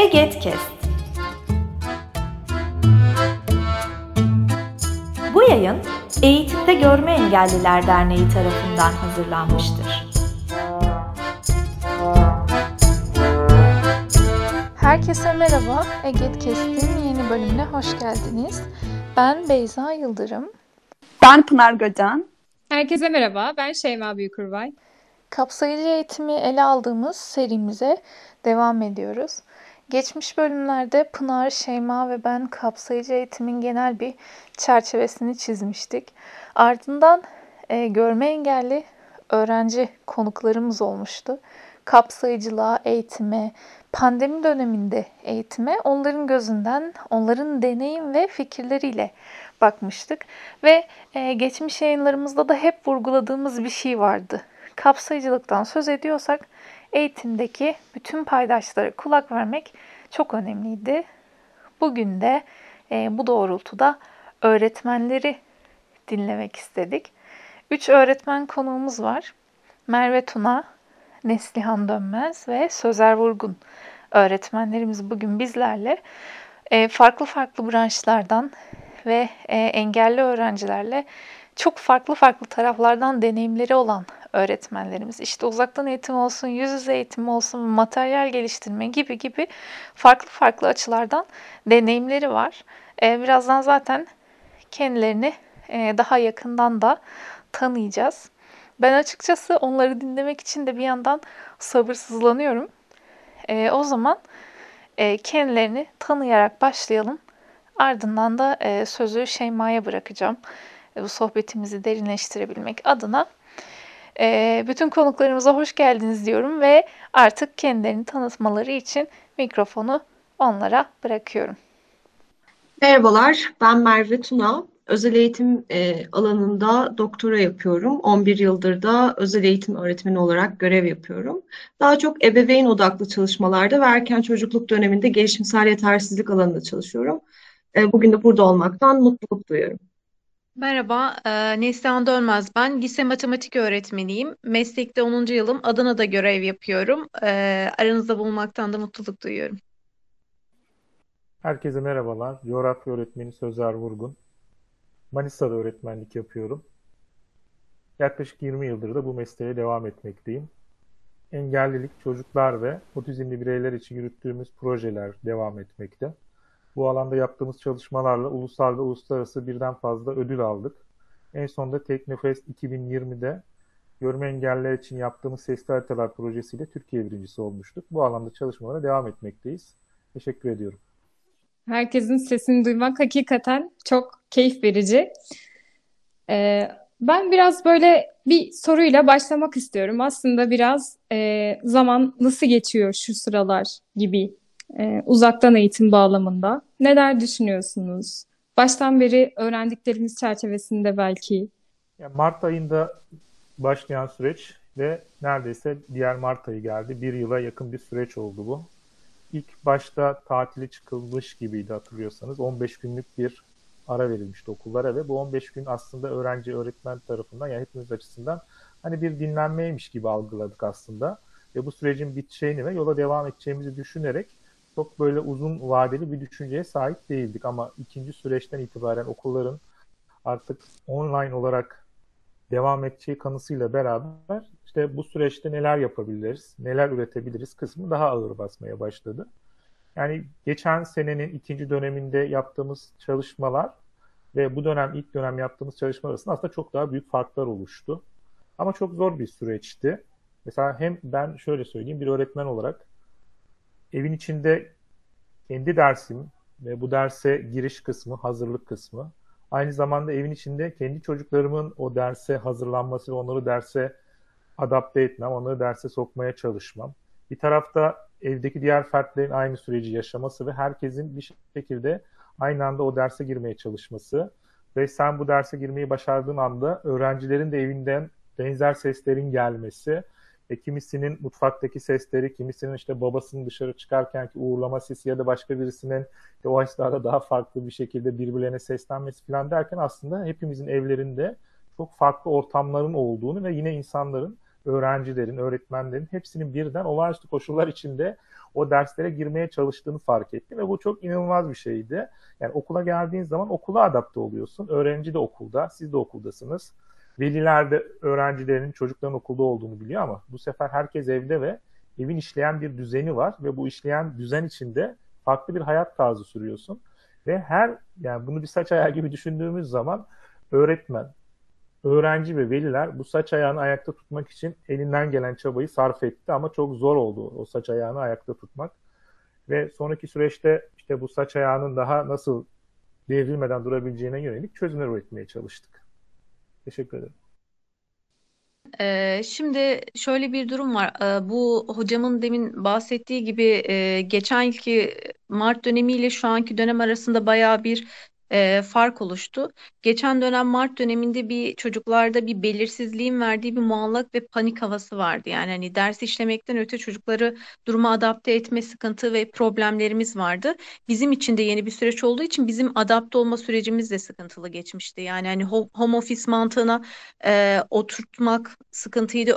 Egetkest. Bu yayın Eğitimde Görme Engelliler Derneği tarafından hazırlanmıştır. Herkese merhaba, Egetkest'in yeni bölümüne hoş geldiniz. Ben Beyza Yıldırım. Ben Pınar Göcan. Herkese merhaba, ben Şeyma Büyükurvay. Kapsayıcı eğitimi ele aldığımız serimize devam ediyoruz. Geçmiş bölümlerde Pınar, Şeyma ve ben kapsayıcı eğitimin genel bir çerçevesini çizmiştik. Ardından görme engelli öğrenci konuklarımız olmuştu. Kapsayıcılığa, eğitime, pandemi döneminde eğitime onların gözünden, onların deneyim ve fikirleriyle bakmıştık. Ve geçmiş yayınlarımızda da hep vurguladığımız bir şey vardı. Kapsayıcılıktan söz ediyorsak eğitimdeki bütün paydaşlara kulak vermek çok önemliydi. Bugün de bu doğrultuda öğretmenleri dinlemek istedik. 3 öğretmen konuğumuz var. Merve Tuna, Neslihan Dönmez ve Sözer Vurgun öğretmenlerimiz bugün bizlerle. Farklı farklı branşlardan ve engelli öğrencilerle çok farklı taraflardan deneyimleri olan öğretmenlerimiz. İşte uzaktan eğitim olsun, yüz yüze eğitim olsun, materyal geliştirme gibi farklı açılardan deneyimleri var. Birazdan zaten kendilerini daha yakından da tanıyacağız. Ben açıkçası onları dinlemek için de bir yandan sabırsızlanıyorum. O zaman kendilerini tanıyarak başlayalım. Ardından da sözü Şeyma'ya bırakacağım. Bu sohbetimizi derinleştirebilmek adına. Bütün konuklarımıza hoş geldiniz diyorum ve artık kendilerini tanıtmaları için mikrofonu onlara bırakıyorum. Merhabalar, ben Merve Tuna. Özel eğitim alanında doktora yapıyorum. 11 yıldır da özel eğitim öğretmeni olarak görev yapıyorum. Daha çok ebeveyn odaklı çalışmalarda ve erken çocukluk döneminde gelişimsel yetersizlik alanında çalışıyorum. Bugün de burada olmaktan mutluluk duyuyorum. Merhaba, Neslihan Dönmez ben. Lise matematik öğretmeniyim. Meslekte 10. yılım. Adana'da görev yapıyorum. Aranızda bulunmaktan da mutluluk duyuyorum. Herkese merhabalar. Coğrafya öğretmeni Sözer Vurgun. Manisa'da öğretmenlik yapıyorum. Yaklaşık 20 yıldır da bu mesleğe devam etmekteyim. Engellilik, çocuklar ve otizmli bireyler için yürüttüğümüz projeler devam etmekte. Bu alanda yaptığımız çalışmalarla ulusal ve uluslararası birden fazla ödül aldık. En sonunda Teknofest 2020'de görme engelliler için yaptığımız sesli haritalar projesiyle Türkiye birincisi olmuştuk. Bu alanda çalışmalara devam etmekteyiz. Teşekkür ediyorum. Herkesin sesini duymak hakikaten çok keyif verici. Ben biraz böyle bir soruyla başlamak istiyorum. Aslında biraz zaman nasıl geçiyor şu sıralar gibi uzaktan eğitim bağlamında. Neler düşünüyorsunuz? Baştan beri öğrendiklerimiz çerçevesinde belki. Mart ayında başlayan süreç ve neredeyse diğer Mart ayı geldi. Bir yıla yakın bir süreç oldu bu. İlk başta tatile çıkılmış gibiydi hatırlıyorsanız. 15 günlük bir ara verilmişti okullara ve bu 15 gün aslında öğrenci, öğretmen tarafından yani hepimiz açısından hani bir dinlenmeymiş gibi algıladık aslında. Ve bu sürecin biteceğini ve yola devam edeceğimizi düşünerek çok böyle uzun vadeli bir düşünceye sahip değildik. Ama ikinci süreçten itibaren okulların artık online olarak devam edeceği kanısıyla beraber işte bu süreçte neler yapabiliriz, neler üretebiliriz kısmı daha ağır basmaya başladı. Yani geçen senenin ikinci döneminde yaptığımız çalışmalar ve bu dönem ilk dönem yaptığımız çalışmalar arasında aslında çok daha büyük farklar oluştu. Ama çok zor bir süreçti. Mesela hem ben şöyle söyleyeyim bir öğretmen olarak evin içinde kendi dersim ve bu derse giriş kısmı, hazırlık kısmı, aynı zamanda evin içinde kendi çocuklarımın o derse hazırlanması ve onları derse adapte etmem, onları derse sokmaya çalışmam. Bir tarafta evdeki diğer fertlerin aynı süreci yaşaması ve herkesin bir şekilde aynı anda o derse girmeye çalışması ve sen bu derse girmeyi başardığın anda öğrencilerin de evinden benzer seslerin gelmesi, kimisinin mutfaktaki sesleri, kimisinin işte babasının dışarı çıkarkenki uğurlama sesi ya da başka birisinin o esnada daha farklı bir şekilde birbirlerine seslenmesi falan derken aslında hepimizin evlerinde çok farklı ortamların olduğunu ve yine insanların öğrencilerin, öğretmenlerin hepsinin birden olağanüstü koşullar içinde o derslere girmeye çalıştığını fark ettim ve bu çok inanılmaz bir şeydi. Yani okula geldiğin zaman okula adapte oluyorsun. Öğrenci de okulda, siz de okuldasınız. Veliler de öğrencilerin, çocukların okulda olduğunu biliyor ama bu sefer herkes evde ve evin işleyen bir düzeni var ve bu işleyen düzen içinde farklı bir hayat tarzı sürüyorsun. Ve yani bunu bir saç ayağı gibi düşündüğümüz zaman öğretmen, öğrenci ve veliler bu saç ayağını ayakta tutmak için elinden gelen çabayı sarf etti ama çok zor oldu o saç ayağını ayakta tutmak. Ve sonraki süreçte işte bu saç ayağının daha nasıl devrilmeden durabileceğine yönelik çözümler üretmeye çalıştık. Teşekkür ederim. Şimdi şöyle bir durum var. Bu hocamın demin bahsettiği gibi geçen yılki Mart dönemiyle şu anki dönem arasında bayağı bir fark oluştu. Geçen dönem Mart döneminde çocuklarda bir belirsizliğin verdiği bir muallak ve panik havası vardı. Yani hani ders işlemekten öte çocukları duruma adapte etme sıkıntı ve problemlerimiz vardı. Bizim için de yeni bir süreç olduğu için bizim adapte olma sürecimiz de sıkıntılı geçmişti. Yani hani home office mantığına oturtmak sıkıntıydı.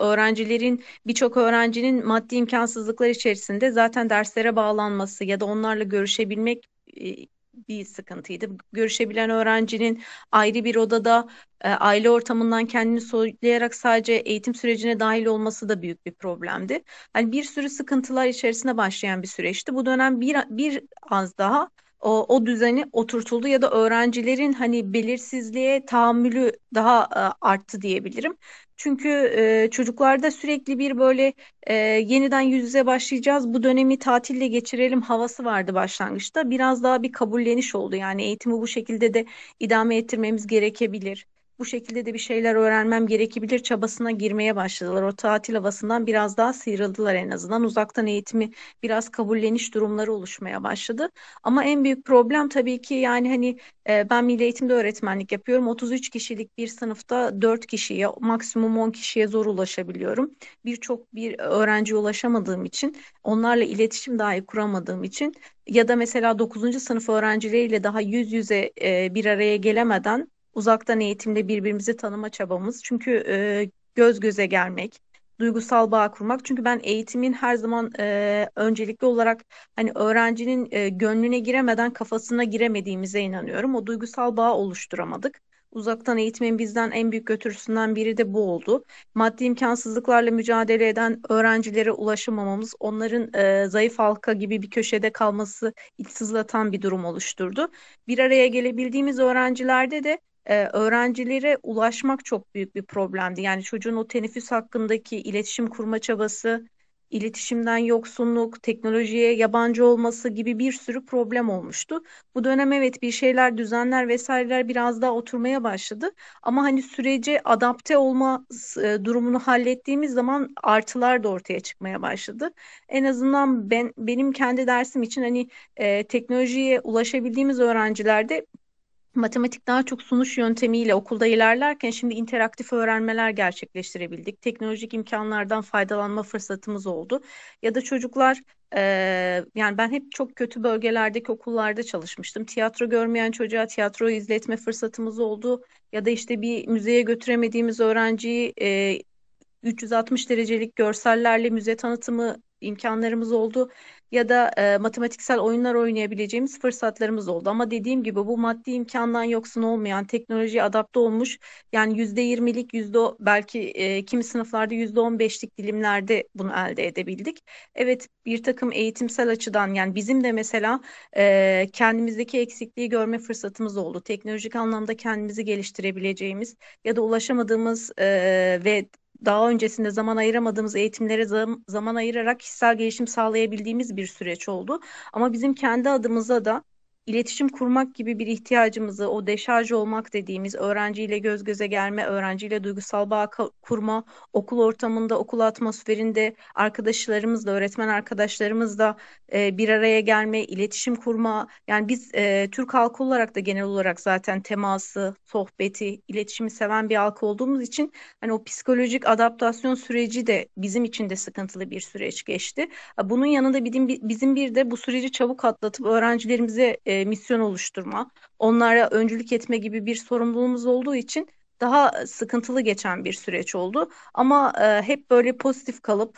Birçok öğrencinin maddi imkansızlıklar içerisinde zaten derslere bağlanması ya da onlarla görüşebilmek e, bir sıkıntıydı. Görüşebilen öğrencinin ayrı bir odada aile ortamından kendini soyutlayarak sadece eğitim sürecine dahil olması da büyük bir problemdi. Hani bir sürü sıkıntılar içerisine başlayan bir süreçti. Bu dönem bir az daha o düzeni oturtuldu ya da öğrencilerin hani belirsizliğe tahammülü daha arttı diyebilirim. Çünkü çocuklarda sürekli bir böyle yeniden yüz yüze başlayacağız, bu dönemi tatille geçirelim havası vardı başlangıçta. Biraz daha bir kabulleniş oldu. Yani eğitimi bu şekilde de idame ettirmemiz gerekebilir. Bu şekilde de bir şeyler öğrenmem gerekebilir çabasına girmeye başladılar. O tatil havasından biraz daha sıyrıldılar en azından. Uzaktan eğitimi biraz kabulleniş durumları oluşmaya başladı. Ama en büyük problem tabii ki yani hani ben milli eğitimde öğretmenlik yapıyorum. 33 kişilik bir sınıfta 4 kişiye, maksimum 10 kişiye zor ulaşabiliyorum. Bir öğrenciye ulaşamadığım için, onlarla iletişim dahi kuramadığım için ya da mesela 9. sınıf öğrencileriyle daha yüz yüze bir araya gelemeden uzaktan eğitimde birbirimizi tanıma çabamız. Çünkü göz göze gelmek, duygusal bağ kurmak. Çünkü ben eğitimin her zaman öncelikli olarak hani öğrencinin gönlüne giremeden kafasına giremediğimize inanıyorum. O duygusal bağı oluşturamadık. Uzaktan eğitimin bizden en büyük götürüsünden biri de bu oldu. Maddi imkansızlıklarla mücadele eden öğrencilere ulaşamamamız, onların zayıf halka gibi bir köşede kalması sızlatan bir durum oluşturdu. Bir araya gelebildiğimiz öğrencilerde de öğrencilere ulaşmak çok büyük bir problemdi. Yani çocuğun o teneffüs hakkındaki iletişim kurma çabası, iletişimden yoksunluk, teknolojiye yabancı olması gibi bir sürü problem olmuştu. Bu dönem evet bir şeyler, düzenler vesaireler biraz daha oturmaya başladı. Ama hani sürece adapte olma durumunu hallettiğimiz zaman artılar da ortaya çıkmaya başladı. En azından benim kendi dersim için hani teknolojiye ulaşabildiğimiz öğrencilerde matematik daha çok sunuş yöntemiyle okulda ilerlerken şimdi interaktif öğrenmeler gerçekleştirebildik. Teknolojik imkanlardan faydalanma fırsatımız oldu. Ya da çocuklar yani ben hep çok kötü bölgelerdeki okullarda çalışmıştım. Tiyatro görmeyen çocuğa tiyatro izletme fırsatımız oldu. Ya da işte bir müzeye götüremediğimiz öğrenciyi 360 derecelik görsellerle müze tanıtımı imkanlarımız oldu ya da matematiksel oyunlar oynayabileceğimiz fırsatlarımız oldu. Ama dediğim gibi bu maddi imkandan yoksun olmayan, teknolojiye adapte olmuş yani %20'lik belki kimi sınıflarda %15'lik dilimlerde bunu elde edebildik. Evet bir takım eğitimsel açıdan yani bizim de mesela kendimizdeki eksikliği görme fırsatımız oldu. Teknolojik anlamda kendimizi geliştirebileceğimiz ya da ulaşamadığımız ve daha öncesinde zaman ayıramadığımız eğitimlere zaman ayırarak kişisel gelişim sağlayabildiğimiz bir süreç oldu. Ama bizim kendi adımıza da iletişim kurmak gibi bir ihtiyacımızı, o deşarj olmak dediğimiz öğrenciyle göz göze gelme, öğrenciyle duygusal bağ kurma, okul ortamında, okul atmosferinde arkadaşlarımızla, öğretmen arkadaşlarımızla bir araya gelme, iletişim kurma. Yani biz Türk halkı olarak da genel olarak zaten teması, sohbeti, iletişimi seven bir halk olduğumuz için hani o psikolojik adaptasyon süreci de bizim için de sıkıntılı bir süreç geçti. Bunun yanında bizim bir de bu süreci çabuk atlatıp öğrencilerimize misyon oluşturma, onlara öncülük etme gibi bir sorumluluğumuz olduğu için daha sıkıntılı geçen bir süreç oldu. Ama hep böyle pozitif kalıp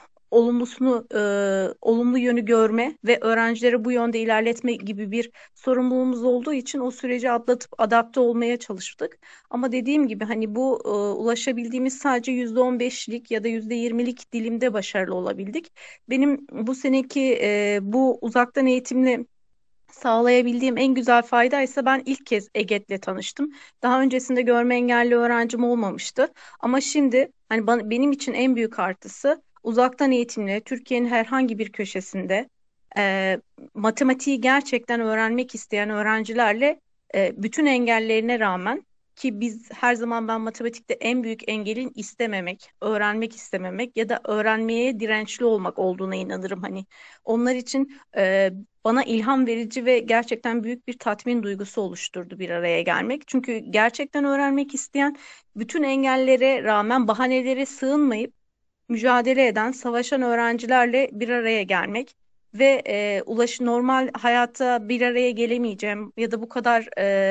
olumlu yönü görme ve öğrencileri bu yönde ilerletme gibi bir sorumluluğumuz olduğu için o süreci atlatıp adapte olmaya çalıştık. Ama dediğim gibi hani bu ulaşabildiğimiz sadece %15'lik ya da %20'lik dilimde başarılı olabildik. Benim bu seneki bu uzaktan eğitimle sağlayabildiğim en güzel fayda ise ben ilk kez EGET'le tanıştım. Daha öncesinde görme engelli öğrencim olmamıştı. Ama şimdi hani benim için en büyük artısı uzaktan eğitimle Türkiye'nin herhangi bir köşesinde e, matematiği gerçekten öğrenmek isteyen öğrencilerle bütün engellerine rağmen ki biz her zaman ben matematikte en büyük engelin istememek, öğrenmek istememek ya da öğrenmeye dirençli olmak olduğuna inanırım. Hani onlar için bana ilham verici ve gerçekten büyük bir tatmin duygusu oluşturdu bir araya gelmek. Çünkü gerçekten öğrenmek isteyen, bütün engellere rağmen bahanelere sığınmayıp mücadele eden, savaşan öğrencilerle bir araya gelmek ve normal hayatta bir araya gelemeyeceğim ya da bu kadar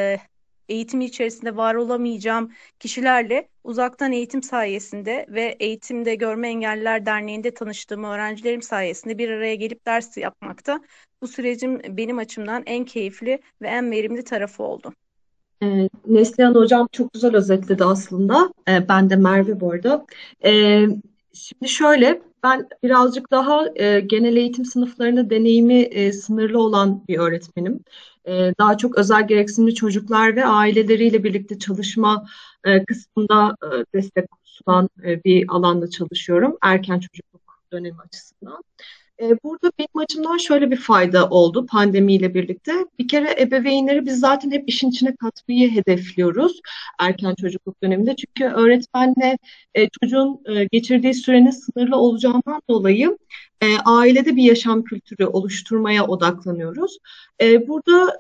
eğitim içerisinde var olamayacağım kişilerle uzaktan eğitim sayesinde ve Eğitimde Görme Engelliler Derneği'nde tanıştığım öğrencilerim sayesinde bir araya gelip ders yapmakta. Bu sürecin benim açımdan en keyifli ve en verimli tarafı oldu. Neslihan Hocam çok güzel özetledi aslında. Ben de Merve bu arada. Şimdi şöyle, ben birazcık daha genel eğitim sınıflarında deneyimi sınırlı olan bir öğretmenim. Daha çok özel gereksinimli çocuklar ve aileleriyle birlikte çalışma kısmında destek sunan bir alanda çalışıyorum. Erken çocukluk dönemi açısından. Burada benim açımdan şöyle bir fayda oldu pandemiyle birlikte. Bir kere ebeveynleri biz zaten hep işin içine katmayı hedefliyoruz erken çocukluk döneminde. Çünkü öğretmenle çocuğun geçirdiği sürenin sınırlı olacağından dolayı ailede bir yaşam kültürü oluşturmaya odaklanıyoruz. Burada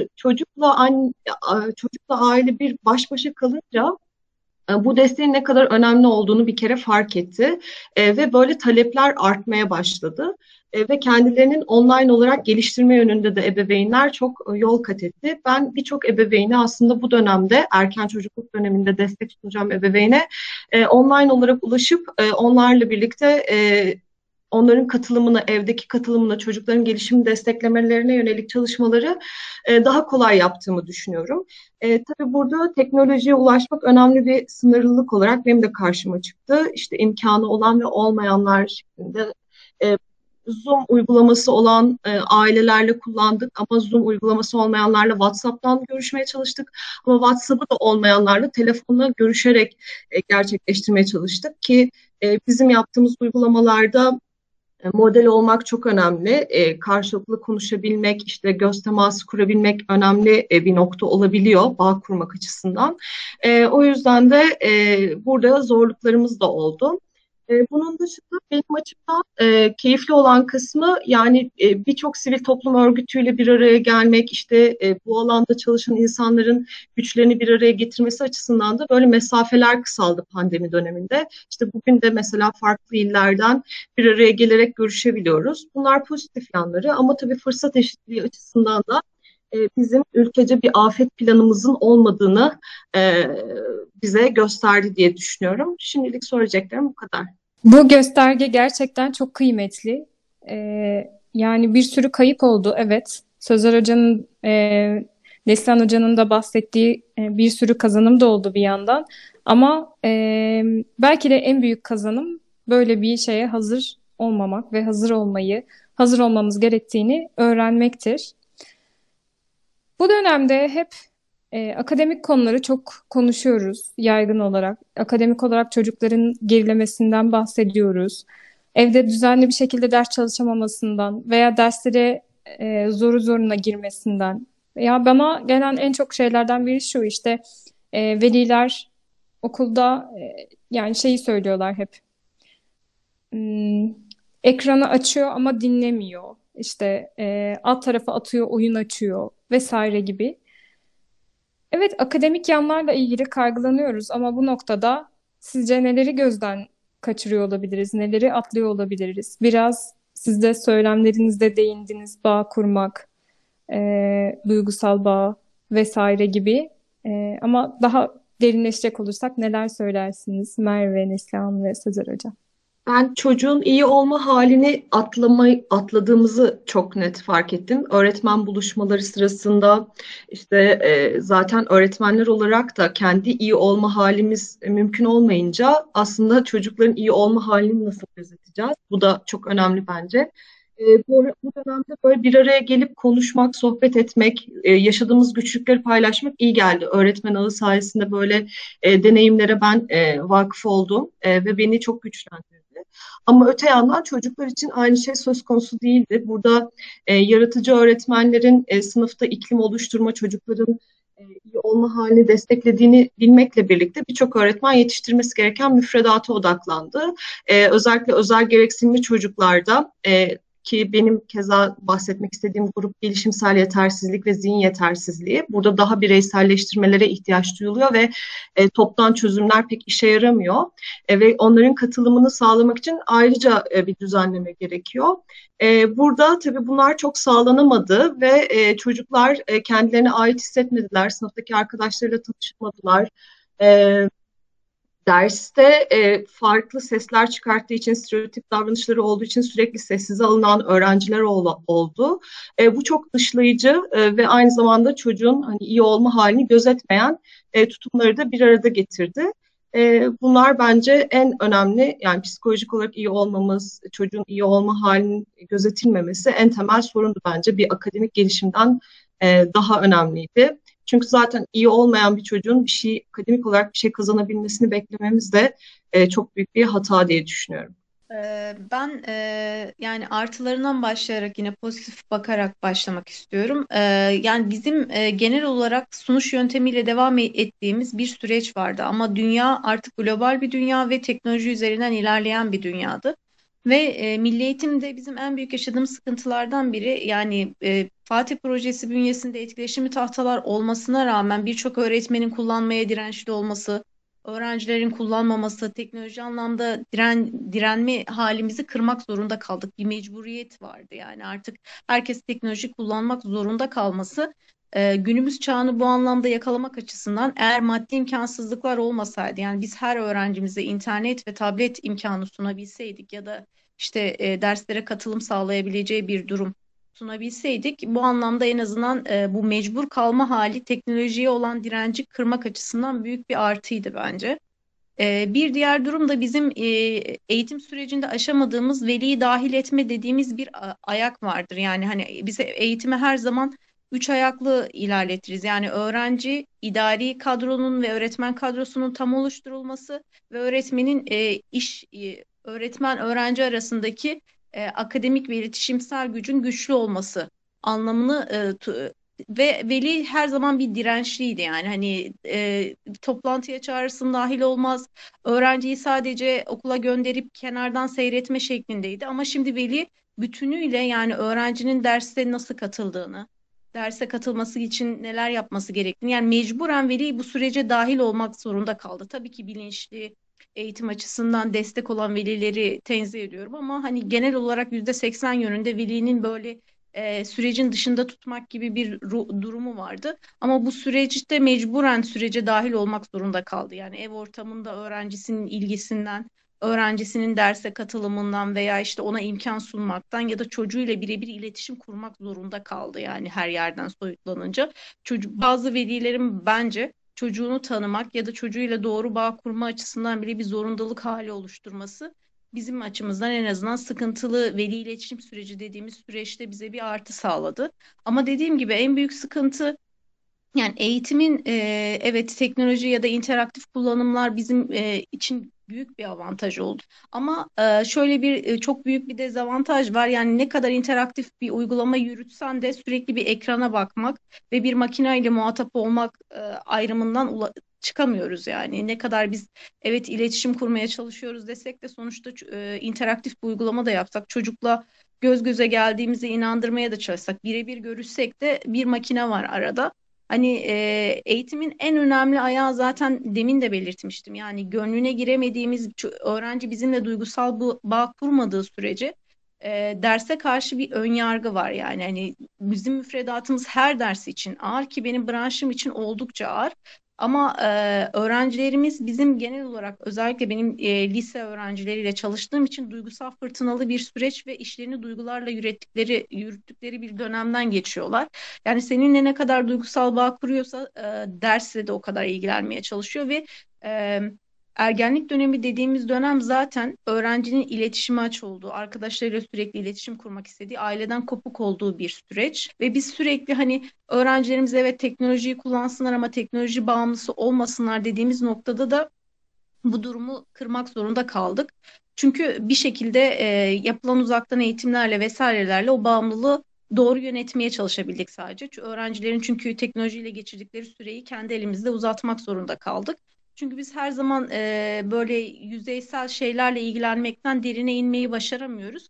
çocukla aile bir baş başa kalınca bu desteğin ne kadar önemli olduğunu bir kere fark etti. Ve böyle talepler artmaya başladı. Ve kendilerinin online olarak geliştirme yönünde de ebeveynler çok yol kat etti. Ben birçok ebeveyni aslında bu dönemde erken çocukluk döneminde destek sunacağım ebeveyne online olarak ulaşıp onlarla birlikte onların katılımını, evdeki katılımını, çocukların gelişim desteklemelerine yönelik çalışmaları daha kolay yaptığımı düşünüyorum. Tabii burada teknolojiye ulaşmak önemli bir sınırlılık olarak benim de karşıma çıktı. İşte imkanı olan ve olmayanlar şeklinde Zoom uygulaması olan ailelerle kullandık ama Zoom uygulaması olmayanlarla WhatsApp'tan görüşmeye çalıştık. Ama WhatsApp'ı da olmayanlarla telefonla görüşerek gerçekleştirmeye çalıştık ki bizim yaptığımız uygulamalarda model olmak çok önemli. Karşılıklı konuşabilmek, işte göz teması kurabilmek önemli bir nokta olabiliyor bağ kurmak açısından. O yüzden de burada zorluklarımız da oldu. Bunun dışında benim açımdan keyifli olan kısmı yani birçok sivil toplum örgütüyle bir araya gelmek, işte bu alanda çalışan insanların güçlerini bir araya getirmesi açısından da böyle mesafeler kısaldı pandemi döneminde. İşte bugün de mesela farklı illerden bir araya gelerek görüşebiliyoruz. Bunlar pozitif yanları ama tabii fırsat eşitliği açısından da bizim ülkece bir afet planımızın olmadığını bize gösterdi diye düşünüyorum. Şimdilik söyleyeceklerim bu kadar. Bu gösterge gerçekten çok kıymetli. Yani bir sürü kayıp oldu, evet. Sözer Hoca'nın, Neslihan Hoca'nın da bahsettiği bir sürü kazanım da oldu bir yandan. Ama belki de en büyük kazanım böyle bir şeye hazır olmamak ve hazır olmamız gerektiğini öğrenmektir. Bu dönemde hep akademik konuları çok konuşuyoruz yaygın olarak. Akademik olarak çocukların gerilemesinden bahsediyoruz. Evde düzenli bir şekilde ders çalışamamasından veya derslere zoru zoruna girmesinden. Ya bana gelen en çok şeylerden biri şu işte veliler okulda yani şeyi söylüyorlar hep. Ekranı açıyor ama dinlemiyor. İşte alt tarafa atıyor, oyun açıyor vesaire gibi. Evet, akademik yanlarla ilgili kaygılanıyoruz ama bu noktada sizce neleri gözden kaçırıyor olabiliriz, neleri atlıyor olabiliriz? Biraz siz de söylemlerinizde değindiniz, bağ kurmak, duygusal bağ vesaire gibi. Ama daha derinleşecek olursak neler söylersiniz Merve, Neslihan ve Sezer Hocam? Ben çocuğun iyi olma halini atladığımızı çok net fark ettim. Öğretmen buluşmaları sırasında işte zaten öğretmenler olarak da kendi iyi olma halimiz mümkün olmayınca aslında çocukların iyi olma halini nasıl gözeteceğiz? Bu da çok önemli bence. Bu dönemde böyle bir araya gelip konuşmak, sohbet etmek, yaşadığımız güçlükleri paylaşmak iyi geldi. Öğretmen ağı sayesinde böyle deneyimlere ben vakıf oldum ve beni çok güçlendirdi. Ama öte yandan çocuklar için aynı şey söz konusu değildi. Burada yaratıcı öğretmenlerin sınıfta iklim oluşturma, çocukların iyi olma halini desteklediğini bilmekle birlikte birçok öğretmen yetiştirmesi gereken müfredata odaklandı. Özellikle özel gereksinimli çocuklarda ki benim keza bahsetmek istediğim grup gelişimsel yetersizlik ve zihin yetersizliği. Burada daha bireyselleştirmelere ihtiyaç duyuluyor ve toptan çözümler pek işe yaramıyor. Ve onların katılımını sağlamak için ayrıca bir düzenleme gerekiyor. Burada tabii bunlar çok sağlanamadı ve çocuklar kendilerine ait hissetmediler. Sınıftaki arkadaşlarıyla tanışamadılar. Derste farklı sesler çıkarttığı için, stereotip davranışları olduğu için sürekli sessize alınan öğrenciler oldu. Bu çok dışlayıcı ve aynı zamanda çocuğun hani iyi olma halini gözetmeyen tutumları da bir arada getirdi. Bunlar bence en önemli, yani psikolojik olarak iyi olmamız, çocuğun iyi olma halinin gözetilmemesi en temel sorundu bence. Bir akademik gelişimden daha önemliydi. Çünkü zaten iyi olmayan bir çocuğun bir şey, akademik olarak bir şey kazanabilmesini beklememiz de çok büyük bir hata diye düşünüyorum. Ben yani artılarından başlayarak yine pozitif bakarak başlamak istiyorum. Yani bizim genel olarak sunuş yöntemiyle devam ettiğimiz bir süreç vardı ama dünya artık global bir dünya ve teknoloji üzerinden ilerleyen bir dünyadı. Ve milli eğitimde bizim en büyük yaşadığımız sıkıntılardan biri, yani Fatih Projesi bünyesinde etkileşimli tahtalar olmasına rağmen birçok öğretmenin kullanmaya dirençli olması, öğrencilerin kullanmaması, teknoloji anlamda direnme halimizi kırmak zorunda kaldık. Bir mecburiyet vardı, yani artık herkes teknoloji kullanmak zorunda kalması. Günümüz çağını bu anlamda yakalamak açısından, eğer maddi imkansızlıklar olmasaydı, yani biz her öğrencimize internet ve tablet imkanı sunabilseydik ya da işte derslere katılım sağlayabileceği bir durum sunabilseydik, bu anlamda en azından bu mecbur kalma hali teknolojiye olan direnci kırmak açısından büyük bir artıydı bence. Bir diğer durum da bizim eğitim sürecinde aşamadığımız veliyi dahil etme dediğimiz bir ayak vardır. Yani hani bize eğitimi her zaman üç ayaklı ilerletiriz. Yani öğrenci, idari kadronun ve öğretmen kadrosunun tam oluşturulması ve öğretmenin öğretmen öğrenci arasındaki akademik ve iletişimsel gücün güçlü olması anlamını ve veli her zaman bir dirençliydi, yani hani toplantıya çağrısın dahil olmaz, öğrenciyi sadece okula gönderip kenardan seyretme şeklindeydi ama şimdi veli bütünüyle, yani öğrencinin derste nasıl katıldığını, derse katılması için neler yapması gerektiğini, yani mecburen veli bu sürece dahil olmak zorunda kaldı. Tabii ki bilinçli, eğitim açısından destek olan velileri tenzih ediyorum ama hani genel olarak %80 yönünde velinin böyle sürecin dışında tutmak gibi bir durumu vardı. Ama bu süreçte mecburen sürece dahil olmak zorunda kaldı. Yani ev ortamında öğrencisinin ilgisinden, öğrencisinin derse katılımından veya işte ona imkan sunmaktan ya da çocuğuyla birebir iletişim kurmak zorunda kaldı. Yani her yerden soyutlanınca. Bazı velilerin bence çocuğunu tanımak ya da çocuğuyla doğru bağ kurma açısından bile bir zorundalık hali oluşturması bizim açımızdan en azından sıkıntılı veli iletişim süreci dediğimiz süreçte bize bir artı sağladı. Ama dediğim gibi en büyük sıkıntı, yani eğitimin evet teknoloji ya da interaktif kullanımlar bizim için büyük bir avantaj oldu. Ama şöyle bir çok büyük bir dezavantaj var. Yani ne kadar interaktif bir uygulama yürütsen de sürekli bir ekrana bakmak ve bir makineyle muhatap olmak ayrımından çıkamıyoruz yani. Ne kadar biz evet iletişim kurmaya çalışıyoruz desek de sonuçta interaktif bir uygulama da yapsak, çocukla göz göze geldiğimize inandırmaya da çalışsak, birebir görüşsek de bir makine var arada. Hani eğitimin en önemli ayağı zaten demin de belirtmiştim. Yani gönlüne giremediğimiz öğrenci bizimle duygusal bağ kurmadığı sürece derse karşı bir ön yargı var. Yani hani bizim müfredatımız her ders için ağır, ki benim branşım için oldukça ağır. Ama öğrencilerimiz bizim genel olarak özellikle benim lise öğrencileriyle çalıştığım için duygusal fırtınalı bir süreç ve işlerini duygularla yürüttükleri bir dönemden geçiyorlar. Yani seninle ne kadar duygusal bağ kuruyorsa dersle de o kadar ilgilenmeye çalışıyor ve e, ergenlik dönemi dediğimiz dönem zaten öğrencinin iletişime aç olduğu, arkadaşlarıyla sürekli iletişim kurmak istediği, aileden kopuk olduğu bir süreç ve biz sürekli hani öğrencilerimiz evet teknolojiyi kullansınlar ama teknoloji bağımlısı olmasınlar dediğimiz noktada da bu durumu kırmak zorunda kaldık. Çünkü bir şekilde yapılan uzaktan eğitimlerle vesairelerle o bağımlılığı doğru yönetmeye çalışabildik sadece. Öğrencilerin çünkü teknolojiyle geçirdikleri süreyi kendi elimizde uzatmak zorunda kaldık. Çünkü biz her zaman böyle yüzeysel şeylerle ilgilenmekten derine inmeyi başaramıyoruz.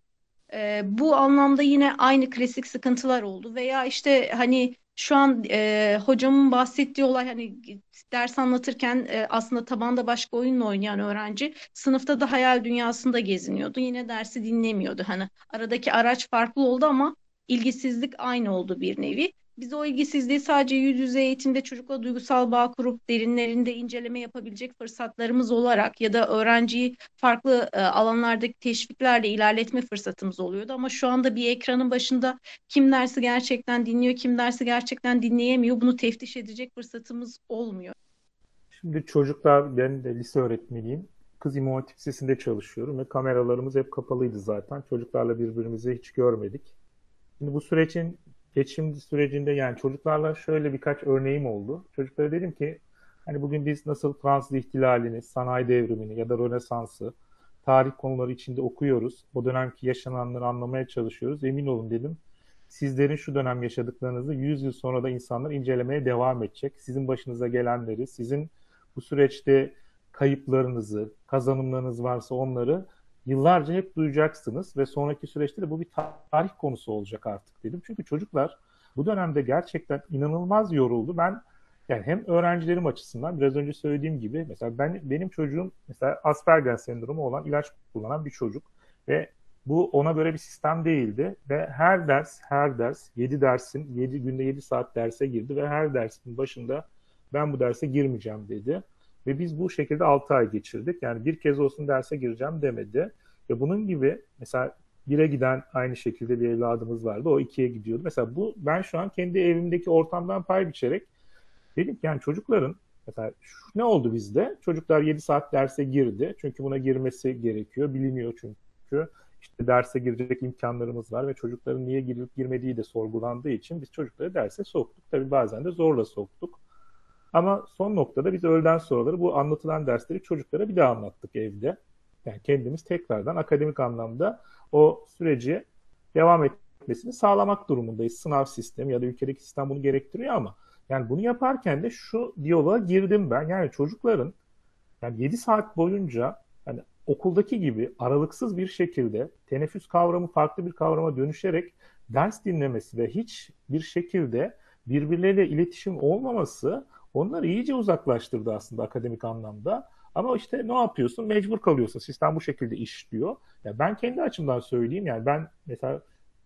Bu anlamda yine aynı klasik sıkıntılar oldu veya işte hani şu an hocamın bahsettiği olay hani ders anlatırken aslında tabanda başka oyunla oynayan öğrenci sınıfta da hayal dünyasında geziniyordu. Yine dersi dinlemiyordu. Hani aradaki araç farklı oldu ama ilgisizlik aynı oldu bir nevi. Biz o ilgisizliği sadece yüz yüze eğitimde çocukla duygusal bağ kurup derinlerinde inceleme yapabilecek fırsatlarımız olarak ya da öğrenciyi farklı alanlardaki teşviklerle ilerletme fırsatımız oluyordu. Ama şu anda bir ekranın başında kim dersi gerçekten dinliyor, kim dersi gerçekten dinleyemiyor bunu teftiş edecek fırsatımız olmuyor. Şimdi çocuklar, ben de lise öğretmeniyim. Kız İmam Hatip Lisesi'nde çalışıyorum ve kameralarımız hep kapalıydı zaten. Çocuklarla birbirimizi hiç görmedik. Şimdi bu sürecin geçim sürecinde yani çocuklarla şöyle birkaç örneğim oldu. Çocuklara dedim ki hani bugün biz nasıl Fransız ihtilalini, sanayi devrimini ya da Rönesans'ı tarih konuları içinde okuyoruz. O dönemki yaşananları anlamaya çalışıyoruz. Emin olun dedim. Sizlerin şu dönem yaşadıklarınızı 100 yıl sonra da insanlar incelemeye devam edecek. Sizin başınıza gelenleri, sizin bu süreçte kayıplarınızı, kazanımlarınız varsa onları yıllarca hep duyacaksınız ve sonraki süreçte de bu bir tarih konusu olacak artık dedim. Çünkü çocuklar bu dönemde gerçekten inanılmaz yoruldu. Ben yani hem öğrencilerim açısından biraz önce söylediğim gibi mesela benim çocuğum mesela Asperger sendromu olan ilaç kullanan bir çocuk ve bu ona göre bir sistem değildi ve her ders 7 dersin 7 günde 7 saat derse girdi ve her dersin başında ben bu derse girmeyeceğim dedi. Ve biz bu şekilde 6 ay geçirdik. Yani bir kez olsun derse gireceğim demedi. Ve bunun gibi mesela 1'e giden aynı şekilde bir evladımız vardı. O 2'ye gidiyordu. Mesela ben şu an kendi evimdeki ortamdan pay biçerek dedim ki yani çocukların mesela ne oldu bizde? Çocuklar 7 saat derse girdi. Çünkü buna girmesi gerekiyor. Biliniyor çünkü. İşte derse girecek imkanlarımız var ve çocukların niye girilip girmediği de sorgulandığı için biz çocukları derse soktuk. Tabii bazen de zorla soktuk. Ama son noktada biz öğleden sonraları bu anlatılan dersleri çocuklara bir daha anlattık evde. Yani kendimiz tekrardan akademik anlamda o süreci devam etmesini sağlamak durumundayız. Sınav sistemi ya da ülkedeki sistem bunu gerektiriyor ama yani bunu yaparken de şu diyaloğa girdim ben. Yani çocukların yani 7 saat boyunca hani okuldaki gibi aralıksız bir şekilde teneffüs kavramı farklı bir kavrama dönüşerek ders dinlemesi ve hiç bir şekilde birbirleriyle iletişim olmaması onları iyice uzaklaştırdı aslında akademik anlamda. Ama işte ne yapıyorsun? Mecbur kalıyorsun. Sistem bu şekilde işliyor. Ya ben kendi açımdan söyleyeyim yani ben mesela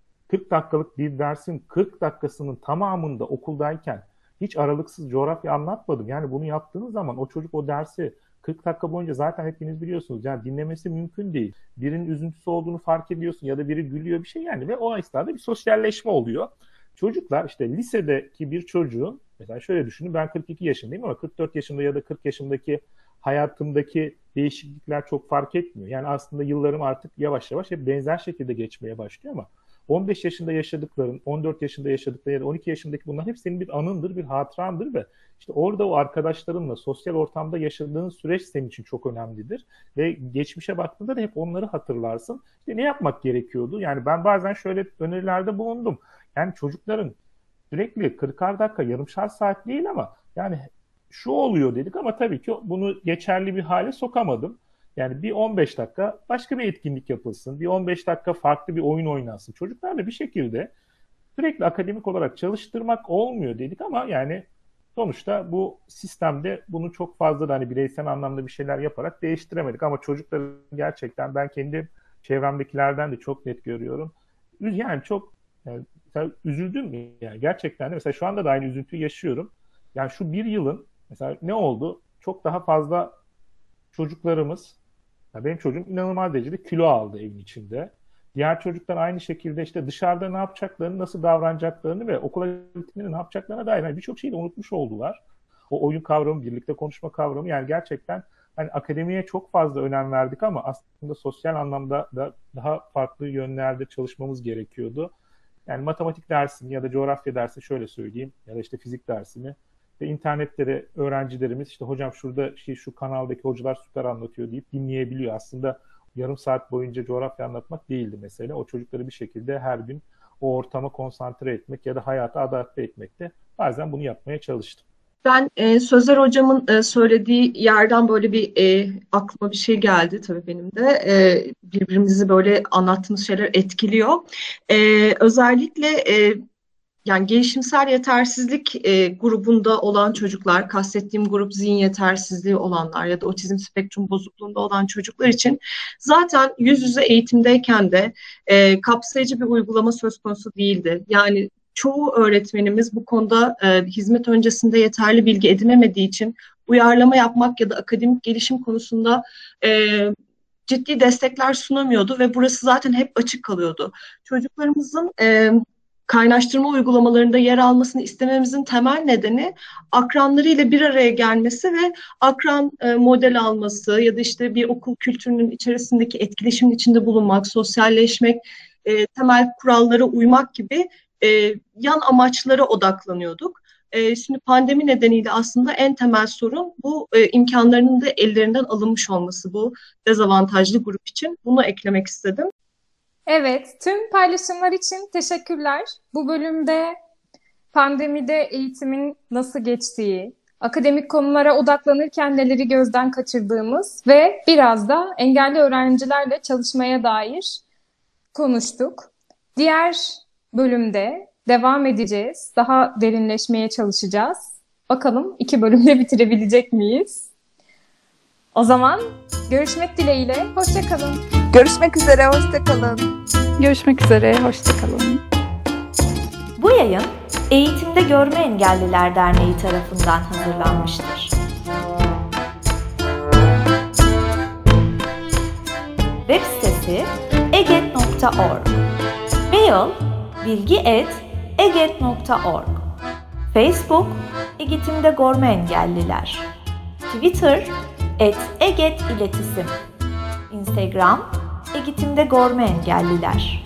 40 dakikalık bir dersin 40 dakikasının tamamında okuldayken hiç aralıksız coğrafya anlatmadım. Yani bunu yaptığınız zaman o çocuk o dersi 40 dakika boyunca zaten hepiniz biliyorsunuz. Yani dinlemesi mümkün değil. Birinin üzüntüsü olduğunu fark ediyorsun ya da biri gülüyor bir şey yani ve o esnada bir sosyalleşme oluyor. Çocuklar işte lisedeki bir çocuğun mesela şöyle düşünün ben 42 yaşındayım ama 44 yaşında ya da 40 yaşındaki hayatımdaki değişiklikler çok fark etmiyor. Yani aslında yıllarım artık yavaş yavaş hep benzer şekilde geçmeye başlıyor ama 15 yaşında yaşadıkların, 14 yaşında yaşadıkların ya da 12 yaşındaki bunlar hep senin bir anındır, bir hatırandır ve işte orada o arkadaşlarınla sosyal ortamda yaşadığın süreç senin için çok önemlidir. Ve geçmişe baktığında da hep onları hatırlarsın. İşte ne yapmak gerekiyordu? Yani ben bazen şöyle önerilerde bulundum. Yani çocukların sürekli 40'ar dakika, yarımşar saat değil ama yani şu oluyor dedik ama tabii ki bunu geçerli bir hale sokamadım. Yani bir 15 dakika başka bir etkinlik yapılsın. Bir 15 dakika farklı bir oyun oynansın. Çocuklarla bir şekilde sürekli akademik olarak çalıştırmak olmuyor dedik ama yani sonuçta bu sistemde bunu çok fazla da hani bireysel anlamda bir şeyler yaparak değiştiremedik. Ama çocukları gerçekten ben kendi çevremdekilerden de çok net görüyorum. Yani çok yani üzüldüm yani gerçekten de mesela şu anda da aynı üzüntüyü yaşıyorum. Yani şu bir yılın Mesela ne oldu? Çok daha fazla çocuklarımız, ya benim çocuğum inanılmaz derecede kilo aldı evin içinde. Diğer çocuklar aynı şekilde işte dışarıda ne yapacaklarını, nasıl davranacaklarını ve okula gittiğinde ne yapacaklarına dair yani birçok şeyi de unutmuş oldular. O oyun kavramı, birlikte konuşma kavramı, yani gerçekten hani akademiye çok fazla önem verdik ama aslında sosyal anlamda da daha farklı yönlerde çalışmamız gerekiyordu. Yani matematik dersini ya da coğrafya dersi şöyle söyleyeyim ya da işte fizik dersini ve internetlere öğrencilerimiz işte hocam şurada işte şu kanaldaki hocalar süper anlatıyor deyip dinleyebiliyor. Aslında yarım saat boyunca coğrafya anlatmak değildi mesele. O çocukları bir şekilde her gün o ortama konsantre etmek ya da hayata adapte etmekte. Bazen bunu yapmaya çalıştım. Ben Sözer hocamın söylediği yerden böyle bir aklıma bir şey geldi tabii benim de. Birbirimizi böyle anlattığımız şeyler etkiliyor. Özellikle yani gelişimsel yetersizlik grubunda olan çocuklar, kastettiğim grup zihin yetersizliği olanlar ya da otizm spektrum bozukluğunda olan çocuklar için zaten yüz yüze eğitimdeyken de kapsayıcı bir uygulama söz konusu değildi. Yani çoğu öğretmenimiz bu konuda hizmet öncesinde yeterli bilgi edinemediği için uyarlama yapmak ya da akademik gelişim konusunda ciddi destekler sunamıyordu ve burası zaten hep açık kalıyordu. Çocuklarımızın kaynaştırma uygulamalarında yer almasını istememizin temel nedeni akranlarıyla bir araya gelmesi ve akran model alması ya da işte bir okul kültürünün içerisindeki etkileşimin içinde bulunmak, sosyalleşmek, temel kurallara uymak gibi yan amaçlara odaklanıyorduk. Şimdi pandemi nedeniyle aslında en temel sorun bu imkanlarının da ellerinden alınmış olması bu dezavantajlı grup için. Bunu eklemek istedim. Evet, tüm paylaşımlar için teşekkürler. Bu bölümde pandemide eğitimin nasıl geçtiği, akademik konulara odaklanırken neleri gözden kaçırdığımız ve biraz da engelli öğrencilerle çalışmaya dair konuştuk. Diğer bölümde devam edeceğiz. Daha derinleşmeye çalışacağız. Bakalım 2 bölümde bitirebilecek miyiz? O zaman görüşmek dileğiyle. Hoşça kalın. Görüşmek üzere, hoşça kalın. Görüşmek üzere, hoşça kalın. Bu yayın Eğitimde Görme Engelliler Derneği tarafından hazırlanmıştır. Web sitesi eget.org. Mail bilgi@eget.org. Facebook Eğitimde Görme Engelliler. Twitter @eget İletisim. Instagram Eğitimde Görme Engelliler.